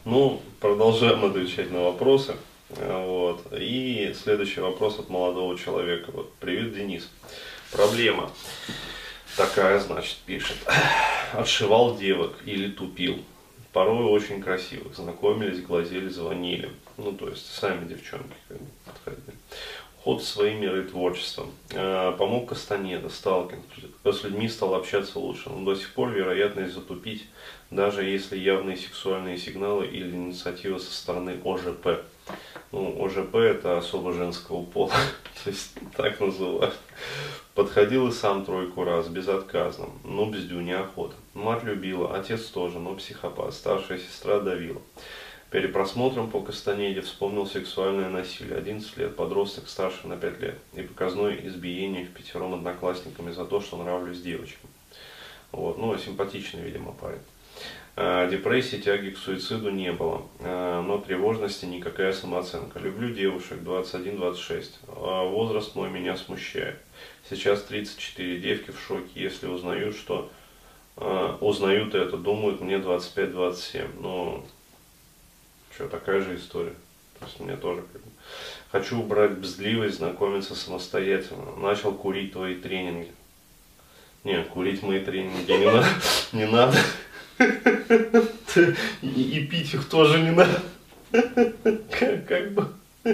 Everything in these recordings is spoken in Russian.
Ну, продолжаем отвечать на вопросы. Вот. И следующий вопрос от молодого человека. Вот. Привет, Денис. Проблема такая, значит, пишет. Отшивал девок или тупил. Порой очень красивых. Знакомились, глазели, звонили. Ну, то есть, сами девчонки как бы подходили. Ход в свои миры творчеством. Помог Кастанеда, сталкинг. С людьми стал общаться лучше. Но до сих пор вероятность затупить, даже если явные сексуальные сигналы или инициатива со стороны ОЖП. Ну, ОЖП это особо женского пола. То есть так называют. Подходил и сам тройку раз, безотказно. Но бздю неохота. Мать любила, отец тоже, но психопат. Старшая сестра давила. Перед просмотром по Кастанеде вспомнил сексуальное насилие. 11 лет, подросток старше на 5 лет. И показное избиение впятером одноклассниками за то, что нравлюсь девочкам. Вот. Ну, симпатичный, видимо, парень. Депрессии, тяги к суициду не было. Но тревожности, никакая самооценка. Люблю девушек 21-26. Возраст мой меня смущает. Сейчас 34, девки в шоке, если узнают, что узнают это, думают, мне 25-27. Но что, такая же история. То есть мне тоже как бы... Хочу убрать бздливость, знакомиться самостоятельно. Начал курить твои тренинги. Нет, курить мои тренинги не надо. Не надо. И пить их тоже не надо. Как бы.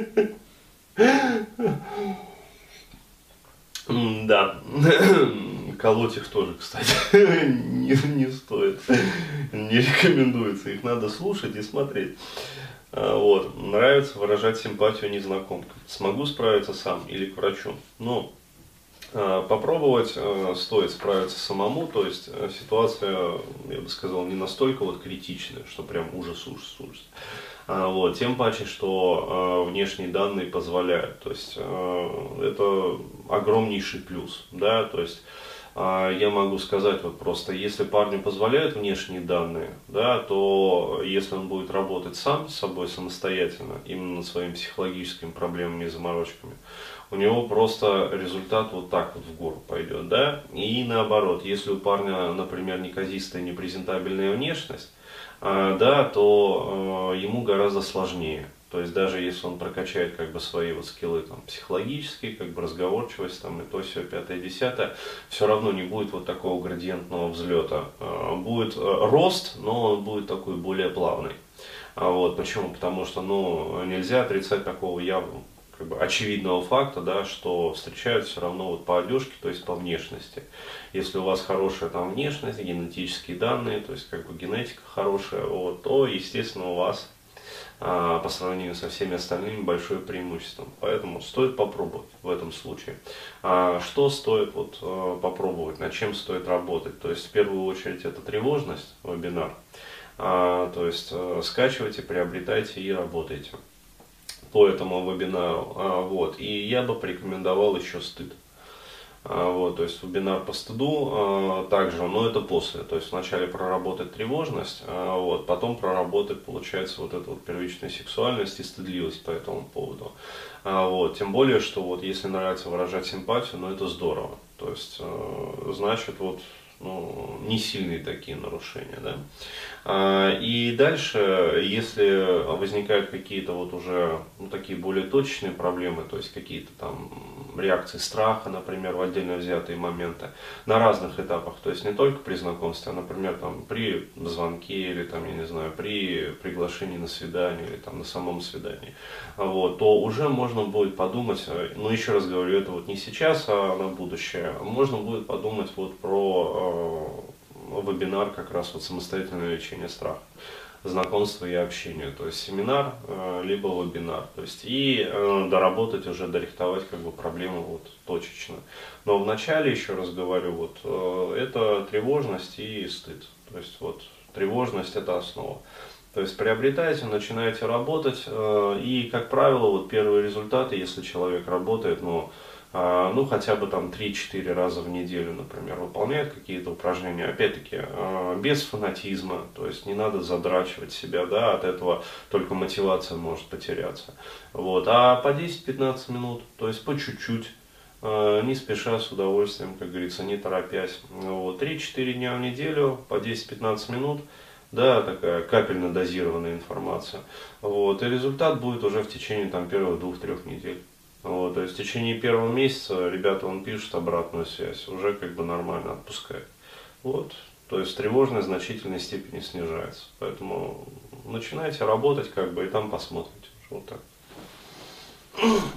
Да. Колоть их тоже, кстати, не стоит. Не рекомендуется. Их надо слушать и смотреть. Вот. Нравится выражать симпатию незнакомкам. Смогу справиться сам или к врачу? Ну, попробовать стоит справиться самому, то есть ситуация, я бы сказал, не настолько вот критичная, что прям ужас. Вот, тем паче, что внешние данные позволяют, то есть это огромнейший плюс, да, то есть я могу сказать вот просто, если парню позволяют внешние данные, да, то если он будет работать сам с собой самостоятельно, именно над своими психологическими проблемами и заморочками, у него просто результат вот так вот в гору пойдет, да, и наоборот, если у парня, например, неказистая, непрезентабельная внешность, да, то ему гораздо сложнее. То есть даже если он прокачает как бы свои вот скиллы там, психологические, как бы разговорчивость там, и то все пятое, десятое, все равно не будет вот такого градиентного взлета. Будет рост, но он будет такой более плавный. Вот, почему? Потому что ну, нельзя отрицать такого явного, как бы очевидного факта, да, что встречают все равно вот по одежке, то есть по внешности. Если у вас хорошая там внешность, генетические данные, то есть как бы генетика хорошая, вот, то естественно у вас по сравнению со всеми остальными большое преимущество. Поэтому стоит попробовать в этом случае. Что стоит вот, попробовать, над чем стоит работать? То есть в первую очередь это тревожность, вебинар. То есть скачивайте, приобретайте и работайте по этому вебинару. Вот. И я бы порекомендовал еще стыд. Вот, то есть вебинар по стыду также, но это после. То есть вначале проработать тревожность, вот, потом проработать, получается, вот эту вот первичную сексуальность и стыдливость по этому поводу. Вот, тем более, что вот если нравится выражать симпатию, ну это здорово. То есть, значит, вот, ну, не сильные такие нарушения, да. И дальше, если возникают какие-то вот уже ну, такие более точечные проблемы, то есть какие-то там реакции страха, например, в отдельно взятые моменты, на разных этапах, то есть не только при знакомстве, а, например, там, при звонке или там, я не знаю, при приглашении на свидание или там на самом свидании, вот, то уже можно будет подумать, ну еще раз говорю, это вот не сейчас, а на будущее, можно будет подумать вот про вебинар как раз вот самостоятельное лечение страха, знакомство и общение, то есть семинар, либо вебинар, то есть и доработать уже, дорихтовать как бы проблему вот точечно. Но вначале, еще раз говорю, вот это тревожность и стыд, то есть вот тревожность это основа. То есть приобретаете, начинаете работать, и, как правило, вот первые результаты, если человек работает, ну, хотя бы там 3-4 раза в неделю, например, выполняет какие-то упражнения, опять-таки, без фанатизма, то есть не надо задрачивать себя, да, от этого только мотивация может потеряться. Вот, а по 10-15 минут, то есть по чуть-чуть, не спеша, с удовольствием, как говорится, не торопясь. Вот, 3-4 дня в неделю, по 10-15 минут, да, такая капельно дозированная информация. Вот, и результат будет уже в течение там первых 2-3 недель. Вот, то есть в течение первого месяца ребята он пишут обратную связь, уже как бы нормально отпускает. Вот, то есть тревожность в значительной степени снижается. Поэтому начинайте работать как бы и там посмотрите. Вот так.